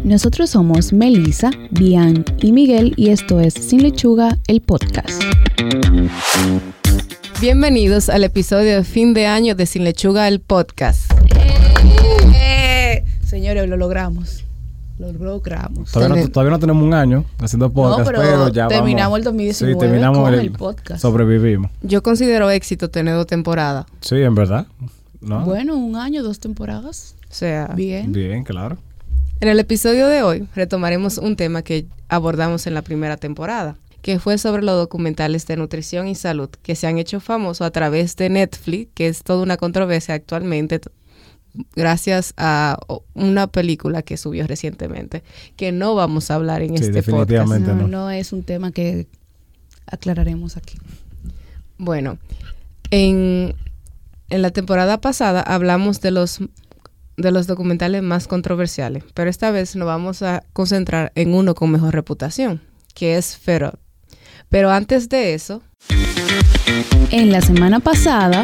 Nosotros somos Melissa, Bian y Miguel y esto es Sin Lechuga, el podcast. Bienvenidos al episodio de fin de año de Sin Lechuga, el podcast. Señores, lo logramos. Lo logramos. Todavía no tenemos un año haciendo podcast, pero ya terminamos el 2019 sí, terminamos con el podcast. Sobrevivimos. Yo considero éxito tener 2 temporadas. Sí, en verdad. ¿No? Bueno, un año, 2 temporadas. O sea, Bien, claro. En el episodio de hoy retomaremos un tema que abordamos en la primera temporada, que fue sobre los documentales de nutrición y salud que se han hecho famosos a través de Netflix, que es toda una controversia actualmente gracias a una película que subió recientemente, que no vamos a hablar en este podcast. No es un tema que aclararemos aquí. Bueno, en la temporada pasada hablamos de los documentales más controversiales, pero esta vez nos vamos a concentrar en uno con mejor reputación, que es Feroz. Pero antes de eso, la semana pasada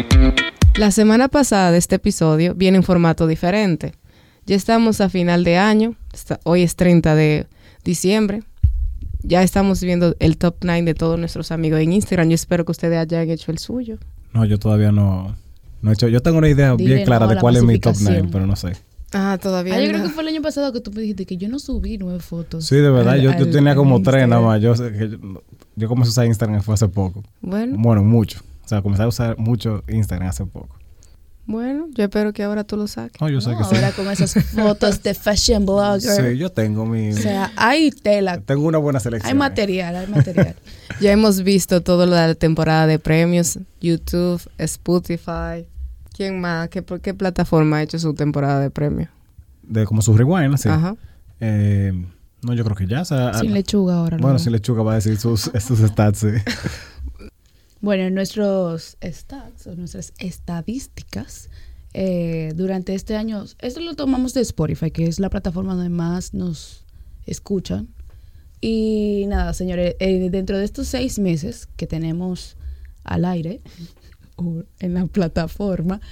de este episodio viene en formato diferente. Ya estamos a final de año, hoy es 30 de diciembre, ya estamos viendo el top 9 de todos nuestros amigos en Instagram. Yo espero que ustedes hayan hecho el suyo. No, yo todavía no he hecho. Yo tengo una idea bien clara de cuál es mi top 9, pero no sé. Todavía yo creo que fue el año pasado que tú me dijiste que yo no subí 9 fotos. Sí, de verdad, yo tenía como 3 nada más. Yo comencé a usar Instagram fue hace poco. Bueno, mucho. O sea, comencé a usar mucho Instagram hace poco. Bueno, yo espero que ahora tú lo saques. No, yo sé que sí. Ahora con esas fotos de fashion blogger. Sí, yo tengo mi... O sea, hay tela. Tengo una buena selección. Hay material. Ya hemos visto todo lo de la temporada de premios. YouTube, Spotify. ¿Quién más? ¿Qué plataforma ha hecho su temporada de premios? De como su rewind, sí. Ajá. No, yo creo que ya. O sea, Sin Lechuga ahora. Bueno, Sin Lechuga va a decir sus stats, sí. Bueno, nuestros stats o nuestras estadísticas durante este año, esto lo tomamos de Spotify, que es la plataforma donde más nos escuchan. Y nada, señores, dentro de estos 6 meses que tenemos al aire o en la plataforma,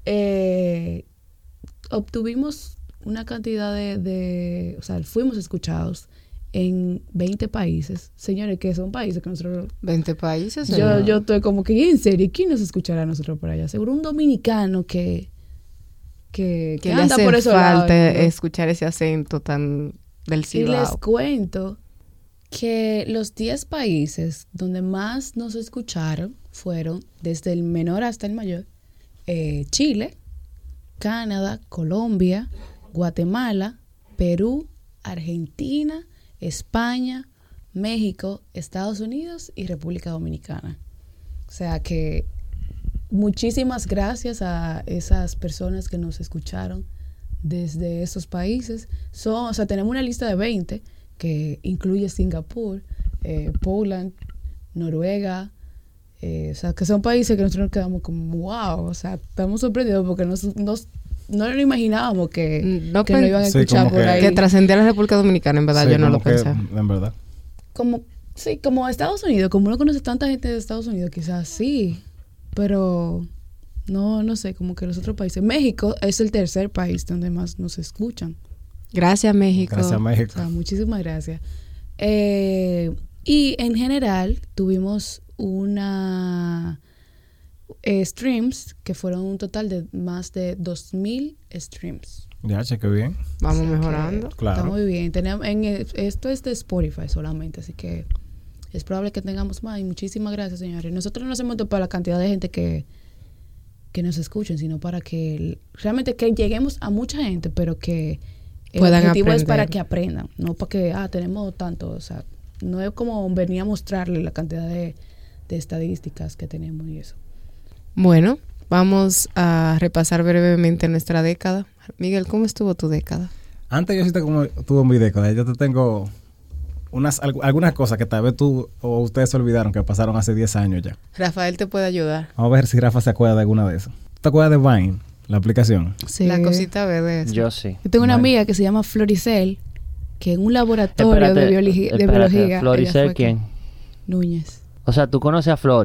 obtuvimos una cantidad o sea, fuimos escuchados en 20 países. Señores, que son países que nosotros... 20 países. Yo estoy como que, ¿en serio? ¿Quién nos escuchará a nosotros por allá? Seguro un dominicano que le anda hace por eso falta escuchar ese acento tan del Cibao. Y les cuento que los 10 países donde más nos escucharon fueron, desde el menor hasta el mayor, Chile, Canadá, Colombia, Guatemala, Perú, Argentina, España, México, Estados Unidos y República Dominicana. O sea que muchísimas gracias a esas personas que nos escucharon desde esos países. O sea, tenemos una lista de 20 que incluye Singapur, Poland, Noruega. O sea, que son países que nosotros nos quedamos como wow. O sea, estamos sorprendidos porque no lo imaginábamos que nos iban a escuchar por ahí. Que trascendía la República Dominicana, en verdad, sí, yo no lo pensé. En verdad. Como Estados Unidos, como uno conoce tanta gente de Estados Unidos, quizás sí, pero no sé, como que los otros países. México es el tercer país donde más nos escuchan. Gracias, México. Gracias, México. O sea, muchísimas gracias. Y en general tuvimos streams que fueron un total de más de 2,000 streams. Ya, cheque bien. Vamos mejorando. Claro. Está muy bien. Esto es de Spotify solamente, así que es probable que tengamos más. Y muchísimas gracias, señores. Nosotros no hacemos esto para la cantidad de gente que nos escuchen, sino para que realmente que lleguemos a mucha gente, pero que el objetivo es para que aprendan, no para que tenemos tanto. O sea, no es como venir a mostrarle la cantidad de estadísticas que tenemos y eso. Bueno, vamos a repasar brevemente nuestra década. Miguel, ¿cómo estuvo tu década? Antes yo sí como tuvo mi década. Yo te tengo algunas cosas que tal vez tú o ustedes se olvidaron que pasaron hace 10 años ya. Rafael te puede ayudar. Vamos a ver si Rafa se acuerda de alguna de esas. ¿Te acuerdas de Vine, la aplicación? Sí. La cosita verde. Yo sí. Yo tengo una amiga que se llama Floricel, que en un laboratorio de biología... ¿Floricel quién? Núñez. O sea, ¿tú conoces a Flori?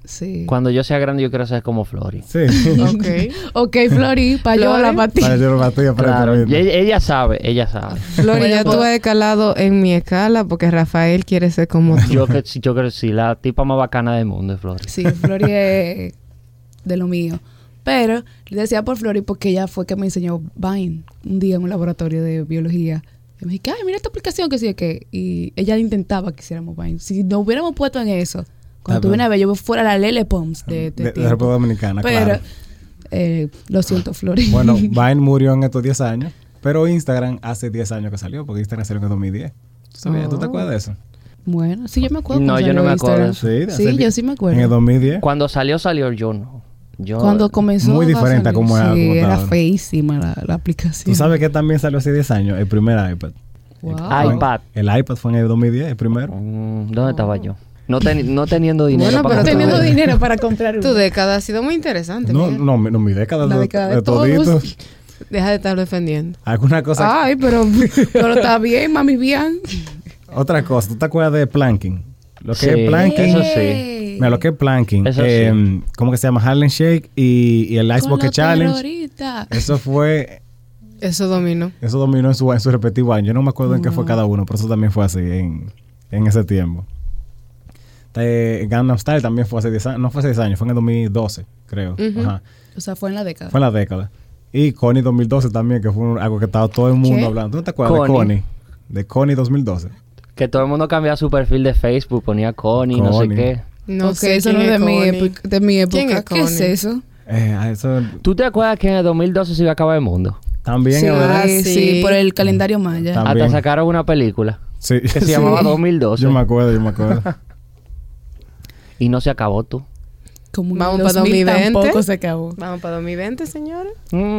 Sí. Cuando yo sea grande, yo quiero ser como Flori. Sí. Ok, Flori, payola para ti. Payola para ti, Claro, ella sabe. Flori, ya tú has escalado en mi escala porque Rafael quiere ser como tú. Yo creo que sí, la tipa más bacana del mundo es Flori. Sí, Flori es de lo mío. Pero le decía por Flori porque ella fue que me enseñó Vine un día en un laboratorio de biología. Y me dije, ay, mira esta aplicación que sí, que... Y ella intentaba que hiciéramos Vine. Si nos hubiéramos puesto en eso... Cuando tuve una vez, yo fuera la Lele Pons de República Dominicana, pero, claro. Lo siento, Flori. Bueno, Vine murió en estos 10 años, pero Instagram hace 10 años que salió, porque Instagram salió en 2010. ¿Tú te acuerdas de eso? Bueno, sí, yo me acuerdo. No, yo no me acuerdo. Sí, yo sí me acuerdo. En el 2010. Cuando salió yo no. Cuando comenzó muy diferente a como era. Sí, era feísima la aplicación. ¿Tú sabes que también salió hace 10 años? El primer iPad. Wow. iPad. El iPad fue en el 2010, el primero. ¿Dónde estaba yo? No teniendo dinero. Bueno, pero teniendo dinero para comprar uno. Tu década ha sido muy interesante. No, mi década. La década de toditos. Deja de estar defendiendo. Alguna cosa. Ay, pero está bien, mami, bien. Otra cosa, ¿tú te acuerdas de planking? Lo que Sí, es planking. eso sí. Mira, lo que es planking. Eso sí. ¿Cómo que se llama? Harlem Shake y el Ice Bucket Challenge. Eso fue... Eso dominó. Eso dominó en su respectivo año. Yo no me acuerdo en qué fue cada uno, pero eso también fue así en ese tiempo. Gangnam Style también fue hace 10 años. No fue hace 10 años, fue en el 2012, creo. Ajá. O sea, fue en la década. Fue en la década. Y Connie 2012 también, que fue algo que estaba todo el mundo hablando. ¿Tú no te acuerdas de Connie? De Connie 2012. Que todo el mundo cambiaba su perfil de Facebook, ponía Connie, no sé qué. No sé, eso no es de mi época. ¿Quién es ¿Qué es eso? Eso ¿Tú te acuerdas que en el 2012 se iba a acabar el mundo? también, Sí, ¿verdad? sí, por el calendario maya. También. Hasta sacaron una película Sí. que se llamaba 2012. Yo me acuerdo. Y no se acabó tú. Como en Vamos el para 2020. Tampoco se acabó. Vamos para 2020, señores.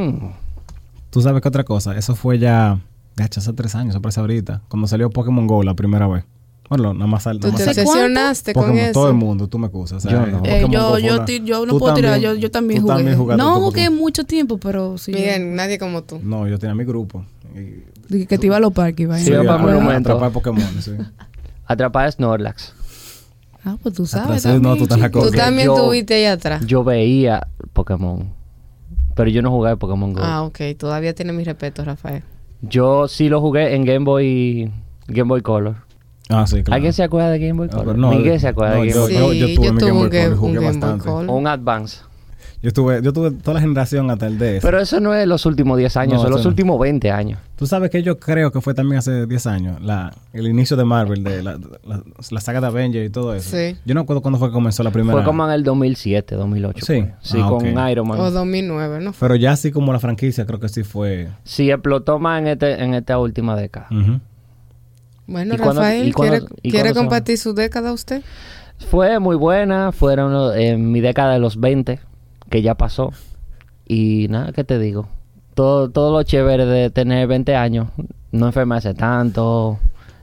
¿Tú sabes qué otra cosa? Eso fue ya hace 3 años, eso parece ahorita. Cuando salió Pokémon GO la primera vez. Bueno, nada más Tú te obsesionaste con Pokémon, eso. todo el mundo, tú me excusas. O sea, Yo no. Yo no puedo tirar, yo también jugué. No jugué mucho tiempo, pero sí. Bien, nadie como tú. No, yo tenía mi grupo. Dije que te iba a los parques, Iván. Sí, iba para Monumento. Atrapar Pokémon, sí. Atrapar Snorlax. Ah, pues tú sabes Atrás, también. no, tú estás Tú también yo- tuviste ahí atrás. Yo veía Pokémon, pero yo no jugué Pokémon GO. Ah, ok. Todavía tiene mi respeto, Rafael. Yo sí lo jugué en Game Boy Color. Ah, sí, claro. ¿Alguien se acuerda de Game Boy Color? No, Miguel se acuerda de Game Boy Color. yo tuve mi Game Boy Color y jugué un Game Boy bastante. Color. O un Advance. Yo tuve toda la generación hasta el DS. Pero eso no es los últimos 10 años, No, son los eso no. últimos 20 años. Tú sabes que yo creo que fue también hace 10 años el inicio de Marvel, de la saga de Avengers y todo eso. Sí. Yo no recuerdo cuándo fue que comenzó la primera. Fue como en el 2007, 2008. Sí. pues. Sí, Ah, con ok. Iron Man. O 2009, ¿no? Pero ya así como la franquicia, creo que sí fue. Sí, explotó más en esta última década. Ujú. Bueno, ¿Y cuándo- Rafael, y cuándo- y ¿quiere cuándo se compartir su década usted? Fue muy buena, fueron en mi década de los 20, que ya pasó. Y nada, ¿qué te digo? Todo lo chévere de tener 20 años, no enfermarse tanto,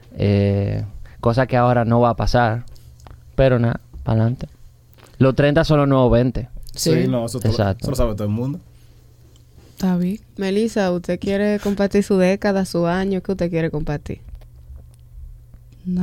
cosa que ahora no va a pasar. Pero nada, para adelante. Los 30 son los nuevos 20. Sí, no, eso Exacto. lo sabe todo el mundo. Está bien. Melissa, ¿usted quiere compartir su década, su año? ¿Qué usted quiere compartir? No.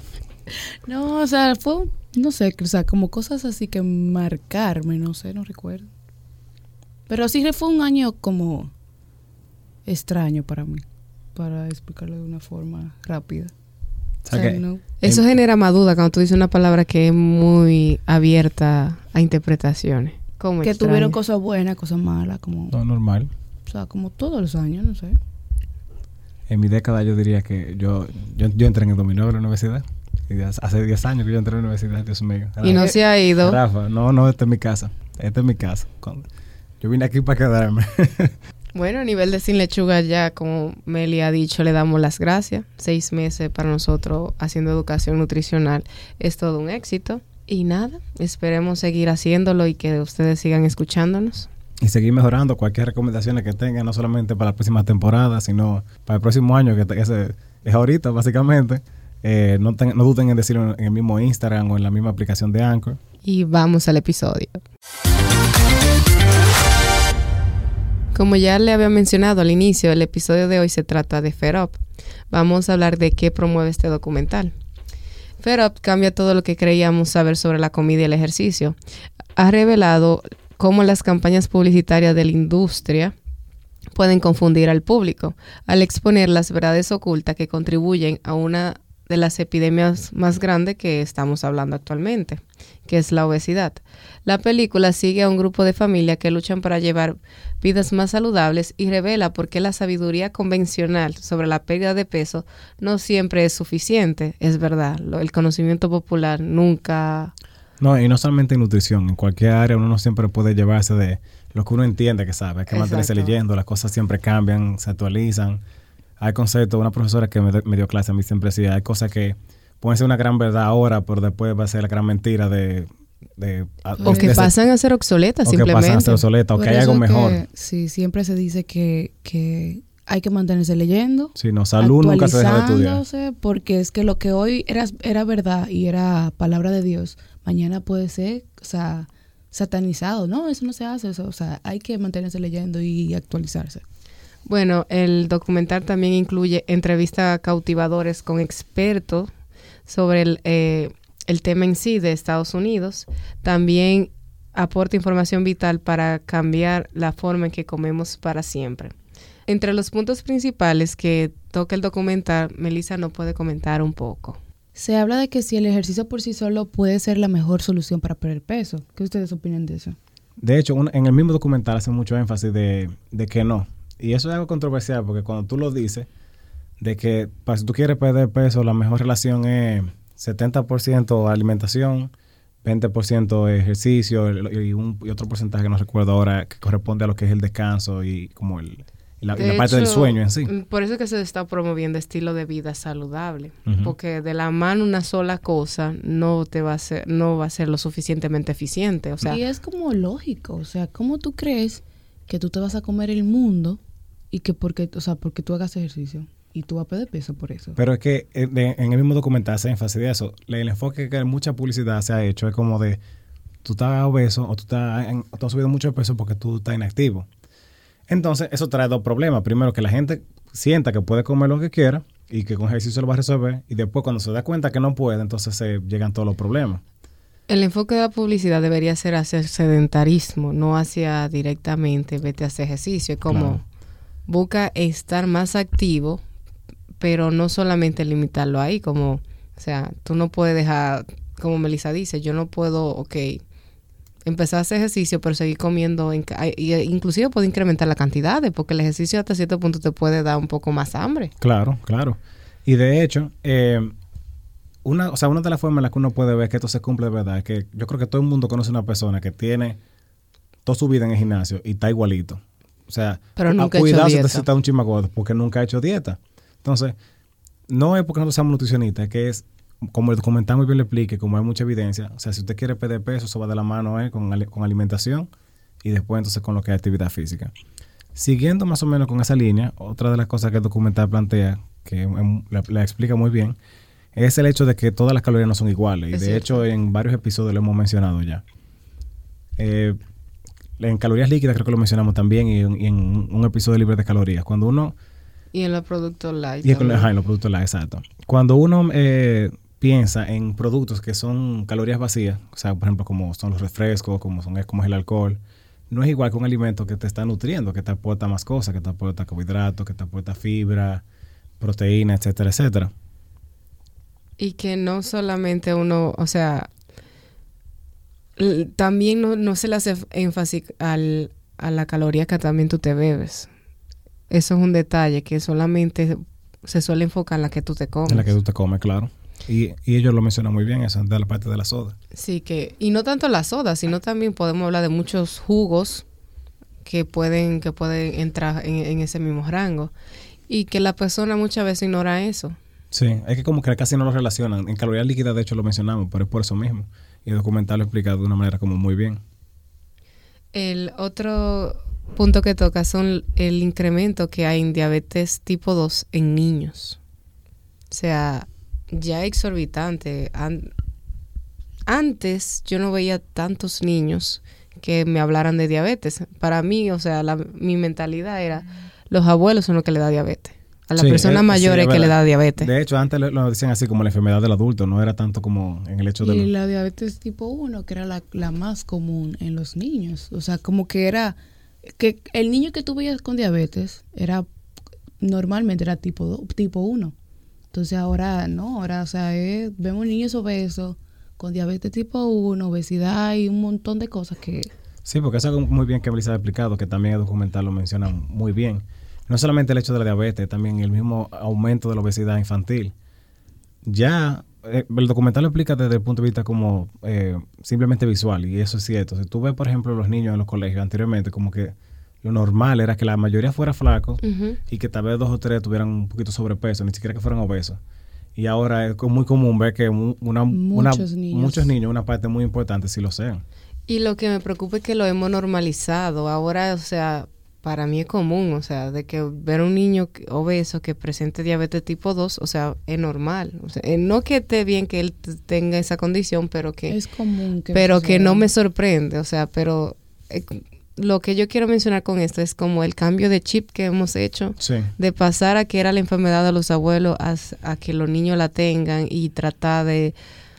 No, o sea, fue, no sé, o sea, como cosas así que marcarme, no sé, no recuerdo. Pero sí fue un año como extraño para mí, para explicarlo de una forma rápida. O sea que- no. Eso genera más duda cuando tú dices una palabra que es muy abierta a interpretaciones. ¿Cómo Que extraño? tuvieron cosas buenas, cosas malas, como, No, normal. o sea, como todos los años, no sé. En mi década yo diría que yo entré en el 2009 a la universidad. Y hace 10 años que yo entré a la universidad, Dios mío. Y no se ha ido. Rafa, no, esta es mi casa. Esta es mi casa. Yo vine aquí para quedarme. Bueno, a nivel de Sin Lechuga ya, como Meli ha dicho, le damos las gracias. 6 meses para nosotros haciendo educación nutricional es todo un éxito. Y nada, esperemos seguir haciéndolo y que ustedes sigan escuchándonos. Y seguir mejorando cualquier recomendación que tengan, no solamente para la próxima temporada, sino para el próximo año, que ese es ahorita, básicamente. No duden en decirlo en el mismo Instagram o en la misma aplicación de Anchor. Y vamos al episodio. Como ya le había mencionado al inicio, el episodio de hoy se trata de Fed Up. Vamos a hablar de qué promueve este documental. FedUp cambia todo lo que creíamos saber sobre la comida y el ejercicio. Ha revelado cómo las campañas publicitarias de la industria pueden confundir al público al exponer las verdades ocultas que contribuyen a una de las epidemias más grandes que estamos hablando actualmente, que es la obesidad. La película sigue a un grupo de familias que luchan para llevar vidas más saludables y revela por qué la sabiduría convencional sobre la pérdida de peso no siempre es suficiente. Es verdad, el conocimiento popular nunca... No, y no solamente en nutrición, en cualquier área uno no siempre puede llevarse de lo que uno entiende que sabe. Hay que mantenerse leyendo, las cosas siempre cambian, se actualizan. Hay conceptos, una profesora que me dio clase a mí siempre decía, hay cosas que pueden ser una gran verdad ahora, pero después va a ser la gran mentira o que pasan a ser obsoletas simplemente. O que pasan a ser obsoletas, o que hay algo mejor. Sí, siempre se dice que hay que mantenerse leyendo. Sí, no, salud nunca se deja de estudiar. Porque es que lo que hoy era verdad y era palabra de Dios, mañana puede ser, satanizado. No, eso no se hace. Eso, hay que mantenerse leyendo y actualizarse. Bueno, el documental también incluye entrevistas cautivadoras con expertos sobre el tema en sí de Estados Unidos. También aporta información vital para cambiar la forma en que comemos para siempre. Entre los puntos principales que toca el documental, Melissa nos puede comentar un poco. Se habla de que si el ejercicio por sí solo puede ser la mejor solución para perder peso. ¿Qué ustedes opinan de eso? De hecho, en el mismo documental hace mucho énfasis de que no. Y eso es algo controversial porque cuando tú lo dices, de que si tú quieres perder peso, la mejor relación es 70% alimentación, 20% ejercicio y otro porcentaje que no recuerdo ahora que corresponde a lo que es el descanso y como la parte del sueño en sí. Por eso es que se está promoviendo estilo de vida saludable, porque de la mano una sola cosa no va a ser lo suficientemente eficiente. Y es como lógico, ¿cómo tú crees que tú te vas a comer el mundo y que porque tú hagas ejercicio y tú vas a perder peso por eso? Pero es que en el mismo documental se énfasis de eso. El enfoque que mucha publicidad se ha hecho es como de tú estás obeso o tú has subido mucho de peso porque tú estás inactivo. Entonces, eso trae dos problemas. Primero, que la gente sienta que puede comer lo que quiera y que con ejercicio lo va a resolver. Y después, cuando se da cuenta que no puede, entonces se llegan todos los problemas. El enfoque de la publicidad debería ser hacia el sedentarismo, no hacia directamente vete a hacer ejercicio. Es como busca estar más activo, pero no solamente limitarlo ahí. Como, tú no puedes dejar, como Melissa dice, yo no puedo, empezar a hacer ejercicio, pero seguir comiendo, inclusive puede incrementar la cantidad, porque el ejercicio hasta cierto punto te puede dar un poco más hambre. Claro. Y de hecho, una de las formas en las que uno puede ver que esto se cumple de verdad es que yo creo que todo el mundo conoce una persona que tiene toda su vida en el gimnasio y está igualito. Pero nunca cuidado ha hecho dieta. Si está un chismagordo porque nunca ha hecho dieta. Entonces, no es porque nosotros seamos nutricionistas, es que es como el documental muy bien le explique, como hay mucha evidencia, si usted quiere perder peso, eso va de la mano con alimentación y después entonces con lo que es actividad física. Siguiendo más o menos con esa línea, otra de las cosas que el documental plantea, que la explica muy bien, es el hecho de que todas las calorías no son iguales. Y de hecho, en varios episodios lo hemos mencionado ya. En calorías líquidas creo que lo mencionamos también y en un episodio libre de calorías. Cuando uno... Y en los productos light. En los productos light, exacto. Cuando uno piensa en productos que son calorías vacías, por ejemplo, como son los refrescos, como es el alcohol, no es igual que un alimento que te está nutriendo, que te aporta más cosas, que te aporta carbohidratos, que te aporta fibra, proteína, etcétera, etcétera. Y que no solamente uno, también no se le hace énfasis a la caloría que también tú te bebes. Eso es un detalle que solamente se suele enfocar en la que tú te comes. En la que tú te comes, claro. Y ellos lo mencionan muy bien, eso, de la parte de la soda. Sí, y no tanto la soda, sino también podemos hablar de muchos jugos que pueden entrar en ese mismo rango. Y que la persona muchas veces ignora eso. Sí, es que como que casi no lo relacionan. En calorías líquidas, de hecho, lo mencionamos, pero es por eso mismo. Y el documental lo explica de una manera como muy bien. El otro punto que toca son el incremento que hay en diabetes tipo 2 en niños. Ya exorbitante. Antes yo no veía tantos niños que me hablaran de diabetes. Para mí, mi mentalidad era, los abuelos son los que le da diabetes. a las personas mayores sí, que le da diabetes. De hecho, antes lo decían así como la enfermedad del adulto, no era tanto como en el hecho de... Y la diabetes tipo 1, que era la más común en los niños. O sea, como que era... que el niño que tú veías con diabetes normalmente era tipo 1. Entonces ahora no, ahora, o sea, vemos niños obesos con diabetes tipo 1, obesidad y un montón de cosas que... Sí, porque eso es algo muy bien que Melissa ha explicado, que también el documental lo menciona muy bien. No solamente el hecho de la diabetes, también el mismo aumento de la obesidad infantil. Ya, el documental lo explica desde el punto de vista como simplemente visual, y eso es cierto. Si tú ves, por ejemplo, los niños en los colegios anteriormente, como que lo normal era que la mayoría fuera flaco y que tal vez 2 o 3 tuvieran un poquito sobrepeso, ni siquiera que fueran obesos. Y ahora es muy común ver que muchos niños, una parte muy importante, sí lo sean. Y lo que me preocupa es que lo hemos normalizado. Ahora, o sea, para mí es común, o sea, de que ver un niño obeso que presente diabetes tipo 2, o sea, es normal. O sea, no que esté bien que él tenga esa condición, pero que... Es común que... Pero que no me sorprende, o sea, pero... lo que yo quiero mencionar con esto es como el cambio de chip que hemos hecho, de pasar a que era la enfermedad de los abuelos a que los niños la tengan y tratar de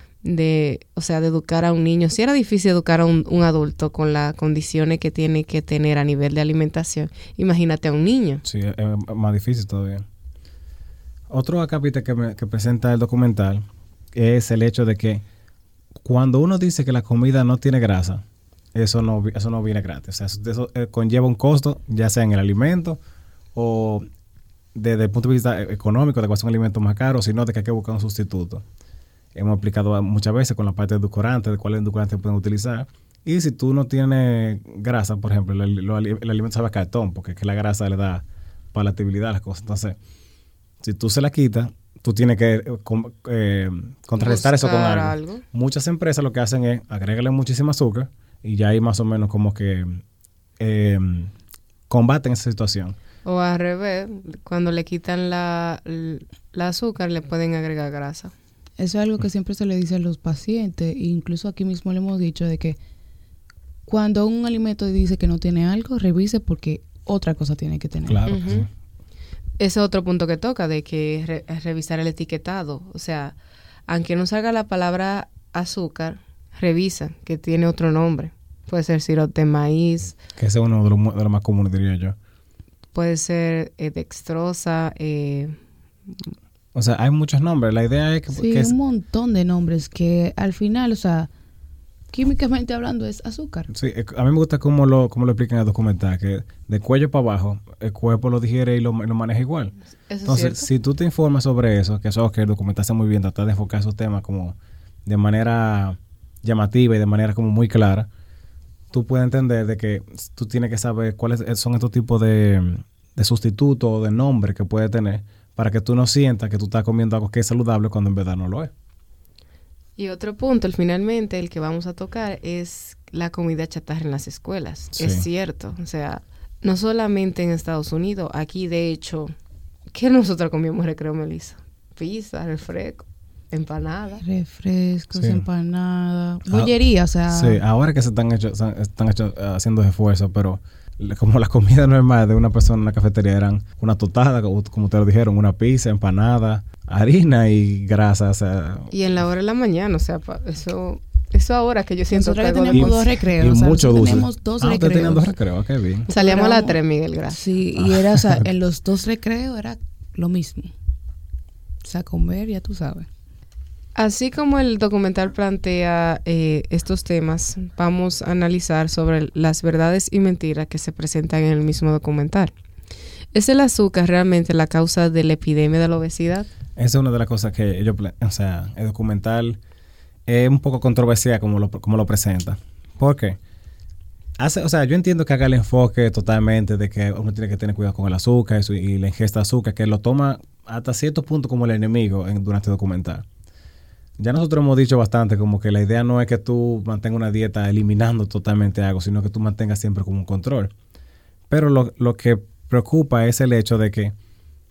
educar a un niño. Si era difícil educar a un adulto con las condiciones que tiene que tener a nivel de alimentación, imagínate a un niño. Sí, es más difícil todavía. Otro acápite que presenta el documental es el hecho de que cuando uno dice que la comida no tiene grasa, eso no viene gratis. O sea, eso conlleva un costo, ya sea en el alimento o desde el punto de vista económico, de cuál son alimentos más caros, sino de que hay que buscar un sustituto. Hemos explicado muchas veces con la parte de edulcorantes, de cuáles edulcorantes pueden utilizar. Y si tú no tienes grasa, por ejemplo, el alimento sabe a cartón, porque es que la grasa le da palatabilidad a las cosas. Entonces, si tú se la quitas, tú tienes que contrarrestar eso con algo. Muchas empresas lo que hacen es agregarle muchísimo azúcar y ya ahí más o menos como que combaten esa situación. O al revés, cuando le quitan la azúcar, le pueden agregar grasa. Eso es algo que siempre se le dice a los pacientes, e incluso aquí mismo le hemos dicho de que cuando un alimento dice que no tiene algo, revise porque otra cosa tiene que tener. Claro, sí. Ese es otro punto que toca, de que revisar el etiquetado. O sea, aunque no salga la palabra azúcar, revisa que tiene otro nombre. Puede ser sirope de maíz. Que ese es uno de los más comunes, diría yo. Puede ser dextrosa. O sea, hay muchos nombres. La idea es que... Sí, un montón de nombres que al final, o sea, químicamente hablando es azúcar. Sí, a mí me gusta cómo lo explican en el documental, que de cuello para abajo el cuerpo lo digiere y lo maneja igual. Eso Entonces, es si tú te informas sobre eso, que eso es que el documental está muy bien, tratar de enfocar esos temas como de manera llamativa y de manera como muy clara, tú puedes entender de que tú tienes que saber cuáles son estos tipos de sustitutos o de nombres que puede tener para que tú no sientas que tú estás comiendo algo que es saludable cuando en verdad no lo es. Y otro punto, finalmente, el que vamos a tocar es la comida chatarra en las escuelas. Sí. Es cierto, o sea, no solamente en Estados Unidos, aquí de hecho, ¿qué nosotros comíamos en recreo, Melissa? Pizza, refresco, empanada. Refrescos, sí. Empanada, bollería, o sea. Sí, ahora que están haciendo esfuerzos, pero como la comida normal de una persona en una cafetería eran una tostada, como ustedes lo dijeron, una pizza, empanada, harina y grasa, o sea. Y en la hora de la mañana, o sea, eso ahora que yo siento nosotros que tenemos 2 recreos. Y o sea, mucho dulce. Tenemos 2 recreos. Ustedes tenían 2 recreos, qué bien. Salíamos a las 3, Miguel, gracias. Sí, y era, o sea, en los 2 recreos era lo mismo. O sea, comer, ya tú sabes. Así como el documental plantea estos temas, vamos a analizar sobre las verdades y mentiras que se presentan en el mismo documental. ¿Es el azúcar realmente la causa de la epidemia de la obesidad? Esa es una de las cosas que o sea, el documental es un poco controversial como lo presenta. ¿Por qué? O sea, yo entiendo que haga el enfoque totalmente de que uno tiene que tener cuidado con el azúcar y la ingesta de azúcar, que lo toma hasta cierto punto como el enemigo durante el documental. Ya nosotros hemos dicho bastante como que la idea no es que tú mantengas una dieta eliminando totalmente algo, sino que tú mantengas siempre como un control. Pero lo que preocupa es el hecho de que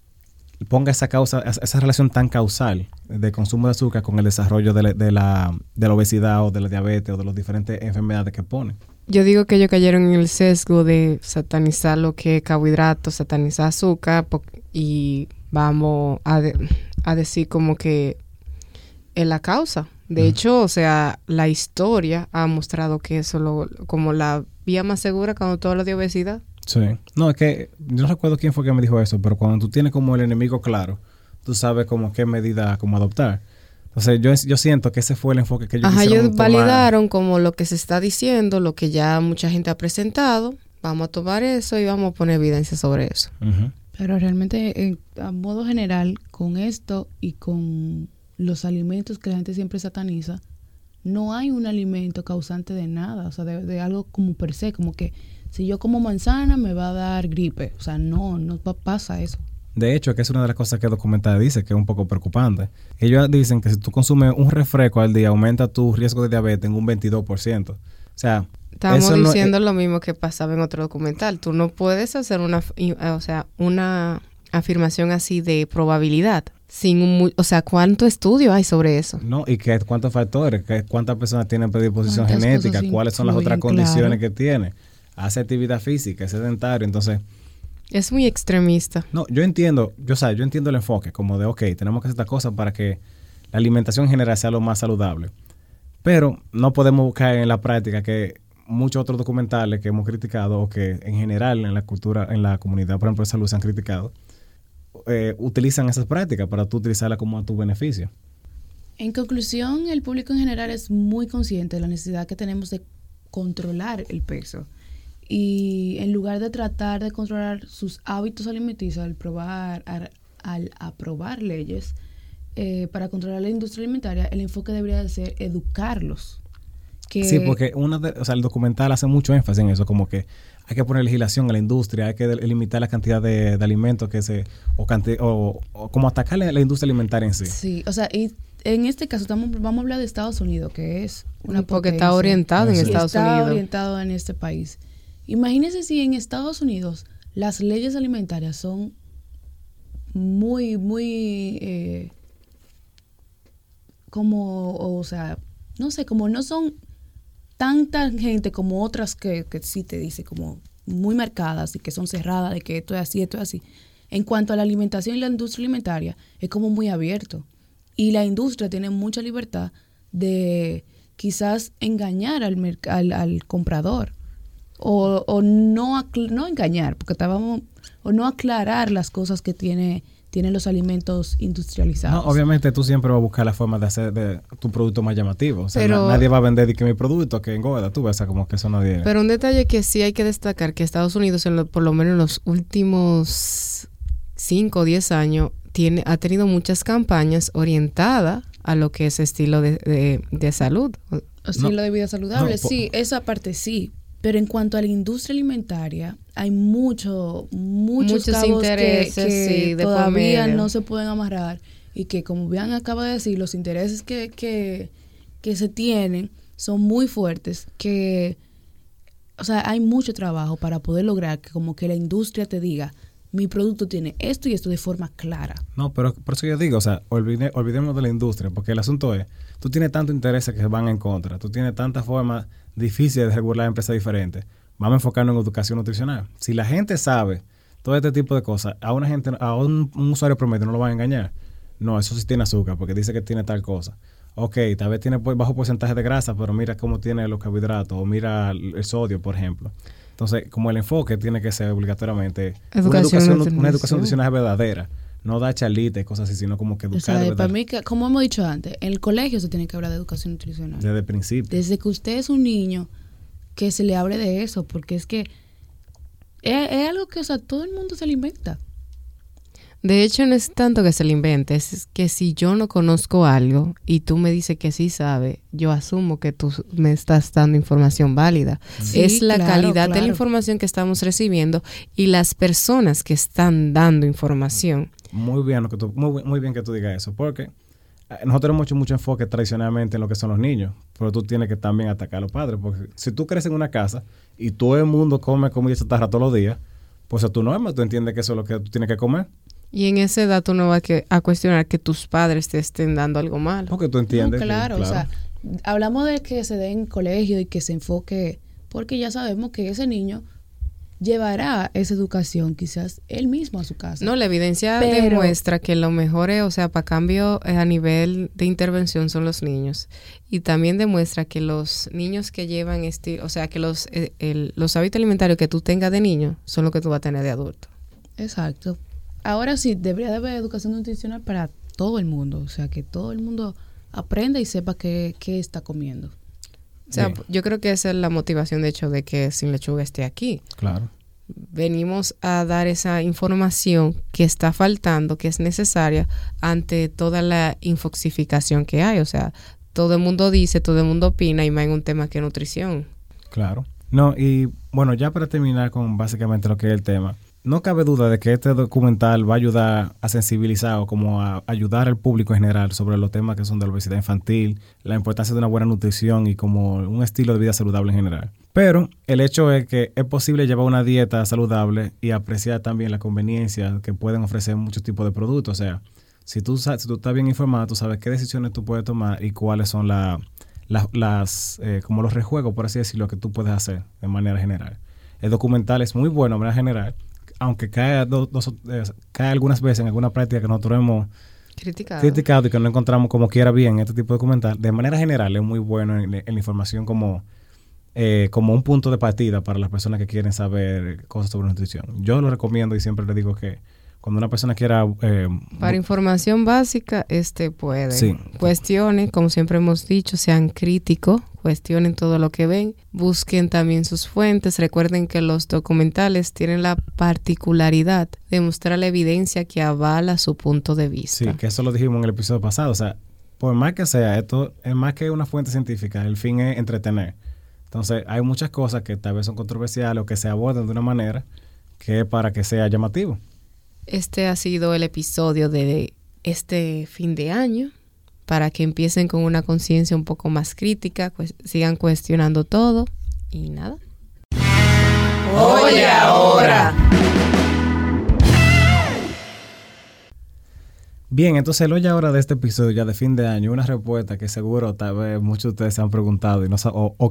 ponga esa relación tan causal de consumo de azúcar con el desarrollo de la obesidad o de la diabetes o de las diferentes enfermedades que pone. Yo digo que ellos cayeron en el sesgo de satanizar lo que es carbohidratos, satanizar azúcar y vamos a decir como que es la causa. De hecho, o sea, la historia ha mostrado que eso como la vía más segura cuando tú hablas de obesidad. Sí. No, es que yo no recuerdo quién fue que me dijo eso, pero cuando tú tienes como el enemigo claro, tú sabes como qué medida como adoptar. Entonces yo siento que ese fue el enfoque que ellos ellos tomar. Validaron como lo que se está diciendo, lo que ya mucha gente ha presentado. Vamos a tomar eso y vamos a poner evidencia sobre eso. Uh-huh. Pero realmente, a modo general, con esto y con los alimentos que la gente siempre sataniza, no hay un alimento causante de nada, o sea, de algo como per se, como que si yo como manzana me va a dar gripe. O sea, no pasa eso. De hecho, que es una de las cosas que el documental dice, que es un poco preocupante. Ellos dicen que si tú consumes un refresco al día, aumenta tu riesgo de diabetes en un 22%. O sea, estamos diciendo lo mismo que pasaba en otro documental. Tú no puedes hacer una afirmación así de probabilidad sin ¿cuánto estudio hay sobre eso? No, y cuántos factores, cuántas personas tienen predisposición genética, cuáles son las otras condiciones que tiene. Hace actividad física, es sedentario, entonces... Es muy extremista. No, yo entiendo el enfoque como de, ok, tenemos que hacer esta cosa para que la alimentación en general sea lo más saludable. Pero no podemos buscar en la práctica que muchos otros documentales que hemos criticado o que en general en la cultura, en la comunidad, por ejemplo, de salud se han criticado, utilizan esas prácticas para tú utilizarlas como a tu beneficio. En conclusión, el público en general es muy consciente de la necesidad que tenemos de controlar el peso. Y en lugar de tratar de controlar sus hábitos alimenticios al aprobar leyes para controlar la industria alimentaria, el enfoque debería de ser educarlos. Sí, porque el documental hace mucho énfasis en eso, como que hay que poner legislación a la industria, hay que limitar la cantidad de alimentos o como atacar la industria alimentaria en sí. Sí, o sea, y en este caso vamos a hablar de Estados Unidos, que es una porque está orientado en Estados Unidos. Está orientado en este país. Imagínense si en Estados Unidos las leyes alimentarias son muy, muy como no son tan tangentes como otras que sí te dice como muy marcadas y que son cerradas de que esto es así, esto es así. En cuanto a la alimentación y la industria alimentaria, es como muy abierto. Y la industria tiene mucha libertad de quizás engañar al comprador. O no engañar, porque o no aclarar las cosas que tienen los alimentos industrializados. No, obviamente tú siempre vas a buscar la forma de hacer de tu producto más llamativo. O sea, nadie va a vender que mi producto que engorda, tú ves, como que eso nadie... Pero un detalle que sí hay que destacar, que Estados Unidos por lo menos en los últimos 5 o 10 años ha tenido muchas campañas orientadas a lo que es estilo de salud. Estilo de vida saludable, sí, esa parte sí. Pero en cuanto a la industria alimentaria, hay muchos cabos intereses que todavía no se pueden amarrar y que, como bien acaba de decir, los intereses que se tienen son muy fuertes, o sea, hay mucho trabajo para poder lograr que como que la industria te diga, mi producto tiene esto y esto de forma clara. No, pero por eso yo digo, o sea, olvidemos de la industria, porque el asunto es, tú tienes tantos intereses que van en contra, tú tienes tantas formas difíciles de regular empresas diferentes. Vamos a enfocarnos en educación nutricional. Si la gente sabe todo este tipo de cosas, a un usuario promedio no lo van a engañar. No, eso sí tiene azúcar, porque dice que tiene tal cosa. Ok, tal vez tiene bajo porcentaje de grasa, pero mira cómo tiene los carbohidratos, o mira el sodio, por ejemplo. Entonces, como el enfoque tiene que ser obligatoriamente una educación nutricional verdadera. No da charlita y cosas así, sino como que educar. O sea, para mí, como hemos dicho antes, en el colegio se tiene que hablar de educación nutricional. Desde el principio. Desde que usted es un niño, que se le hable de eso, porque es que es algo que, o sea, todo el mundo se lo inventa. De hecho, no es tanto que se lo invente, es que si yo no conozco algo y tú me dices que sí sabes, yo asumo que tú me estás dando información válida. Sí, es la calidad de la información que estamos recibiendo y las personas que están dando información. Muy bien que tú digas eso, porque nosotros tenemos mucho enfoque tradicionalmente en lo que son los niños, pero tú tienes que también atacar a los padres, porque si tú creces en una casa y todo el mundo come comida chatarra todos los días, pues a tu norma tú entiendes que eso es lo que tú tienes que comer. Y en esa edad tú no vas a cuestionar que tus padres te estén dando algo malo. Porque tú entiendes. No, claro, o sea, hablamos de que se dé en colegio y que se enfoque, porque ya sabemos que ese niño llevará esa educación quizás él mismo a su casa. No, la evidencia Pero- demuestra que lo mejor es, o sea, para cambio a nivel de intervención son los niños. Y también demuestra que los niños que llevan o sea, que los hábitos alimentarios que tú tengas de niño son los que tú vas a tener de adulto. Exacto. Ahora sí, debería de haber educación nutricional para todo el mundo. O sea, que todo el mundo aprenda y sepa qué está comiendo. O sea, Bien. yo creo que esa es la motivación, de hecho, de que Sin Lechuga esté aquí. Claro. Venimos a dar esa información que está faltando, que es necesaria ante toda la infoxificación que hay. O sea, todo el mundo dice, todo el mundo opina, y más en un tema que nutrición. Claro. No, y bueno, ya para terminar con básicamente lo que es el tema, no cabe duda de que este documental va a ayudar a sensibilizar o como a ayudar al público en general sobre los temas que son de la obesidad infantil, la importancia de una buena nutrición y como un estilo de vida saludable en general. Pero el hecho es que es posible llevar una dieta saludable y apreciar también la conveniencia que pueden ofrecer muchos tipos de productos. O sea, si tú estás bien informado, tú sabes qué decisiones tú puedes tomar y cuáles son como los rejuegos, por así decirlo, que tú puedes hacer de manera general. El documental es muy bueno de manera general, aunque cae algunas veces en alguna práctica que nosotros hemos criticado y que no encontramos como quiera bien este tipo de documental. De manera general es muy bueno en la información como un punto de partida para las personas que quieren saber cosas sobre nutrición. Yo lo recomiendo y siempre le digo que cuando una persona quiera... Para información básica, puede. Sí. Cuestionen, como siempre hemos dicho, sean críticos, cuestionen todo lo que ven, busquen también sus fuentes. Recuerden que los documentales tienen la particularidad de mostrar la evidencia que avala su punto de vista. Sí, que eso lo dijimos en el episodio pasado. O sea, por más que sea, esto es más que una fuente científica, el fin es entretener. Entonces, hay muchas cosas que tal vez son controversiales o que se abordan de una manera que es para que sea llamativo. Este ha sido el episodio de este fin de año, para que empiecen con una conciencia un poco más crítica, pues sigan cuestionando todo y nada. Oye ahora. Bien, entonces el hoy ahora de este episodio ya de fin de año, una respuesta que seguro tal vez muchos de ustedes se han preguntado y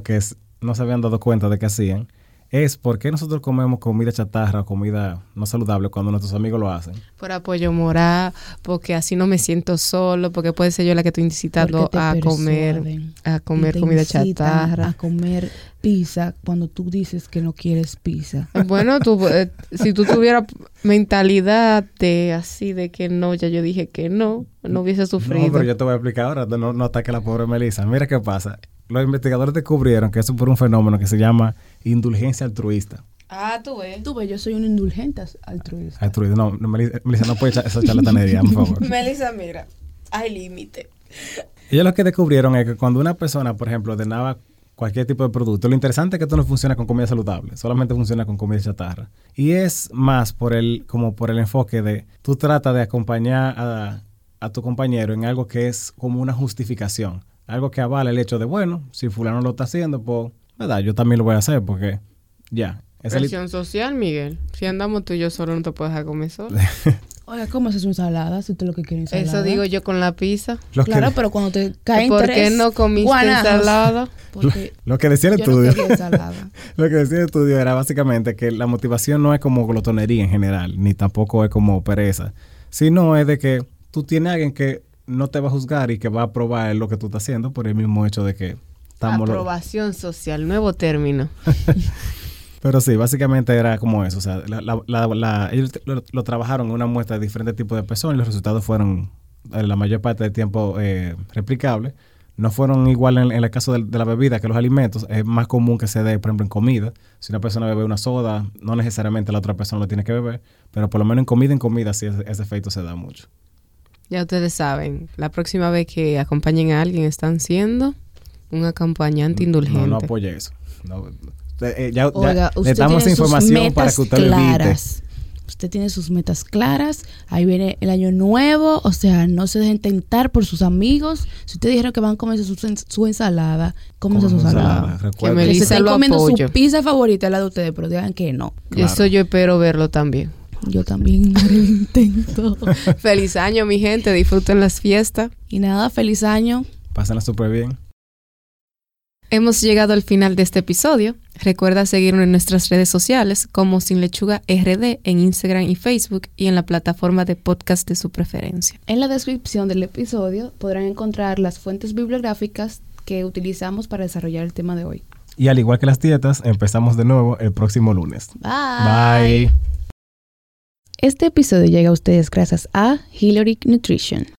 no se habían dado cuenta de que hacían, es por qué nosotros comemos comida chatarra o comida no saludable cuando nuestros amigos lo hacen. Por apoyo moral, porque así no me siento solo, porque puede ser yo la que estoy incitando a comer comida chatarra. A comer pizza cuando tú dices que no quieres pizza. Bueno, si tú tuvieras mentalidad de que no, ya yo dije que no hubiese sufrido. No, pero yo te voy a explicar ahora, no ataque a la pobre Melissa. Mira qué pasa. Los investigadores descubrieron que eso es por un fenómeno que se llama indulgencia altruista. Ah, tú ves. Tú ves, yo soy un indulgente altruista. Altruista. No, Melissa, no puede echar esa charlatanería, por favor. Melissa, mira, hay límite. Ellos lo que descubrieron es que cuando una persona, por ejemplo, ordenaba cualquier tipo de producto, lo interesante es que esto no funciona con comida saludable, solamente funciona con comida chatarra. Y es más por el enfoque de tú tratas de acompañar a tu compañero en algo que es como una justificación. Algo que avala el hecho de, bueno, si fulano lo está haciendo, pues, ¿verdad? Yo también lo voy a hacer porque, ya. Presión social, Miguel. Si andamos tú y yo solo, no te puedes dejar comer solo. Oiga, ¿cómo haces una ensalada si tú lo que quieres ensalada? Eso digo yo con la pizza. Claro, pero cuando te caen ¿Por tres qué no comiste guanajos? ensalada? Porque Lo que decía el yo estudio. no quería ensalada. Lo que decía el estudio era básicamente que la motivación no es como glotonería en general, ni tampoco es como pereza, sino es de que tú tienes a alguien que no te va a juzgar y que va a aprobar lo que tú estás haciendo por el mismo hecho de que estamos... Aprobación social, nuevo término. Pero sí, básicamente era como eso. O sea, ellos lo trabajaron en una muestra de diferentes tipos de personas y los resultados fueron, la mayor parte del tiempo, replicables. No fueron igual en el caso de la bebida que los alimentos. Es más común que se dé, por ejemplo, en comida. Si una persona bebe una soda, no necesariamente la otra persona lo tiene que beber, pero por lo menos en comida sí ese efecto se da mucho. Ya ustedes saben, la próxima vez que acompañen a alguien están siendo un acompañante indulgente. No apoye eso. No, Oiga, le damos esa información para que usted lo evite. Usted tiene sus metas claras. Ahí viene el año nuevo. O sea, no se dejen tentar por sus amigos. Si ustedes dijeron que van a comerse su ensalada, cómense su ensalada. Que Melissa se estén lo comiendo apoyo. su pizza favorita, la de ustedes, pero digan que no. Claro. Eso yo espero verlo también. Yo también haré el intento. Feliz año, mi gente. Disfruten las fiestas. Y nada, feliz año. Pásenla súper bien. Hemos llegado al final de este episodio. Recuerda seguirnos en nuestras redes sociales como Sin Lechuga RD en Instagram y Facebook y en la plataforma de podcast de su preferencia. En la descripción del episodio podrán encontrar las fuentes bibliográficas que utilizamos para desarrollar el tema de hoy. Y al igual que las dietas, empezamos de nuevo el próximo lunes. Bye. Bye. Este episodio llega a ustedes gracias a Hilaric Nutrition.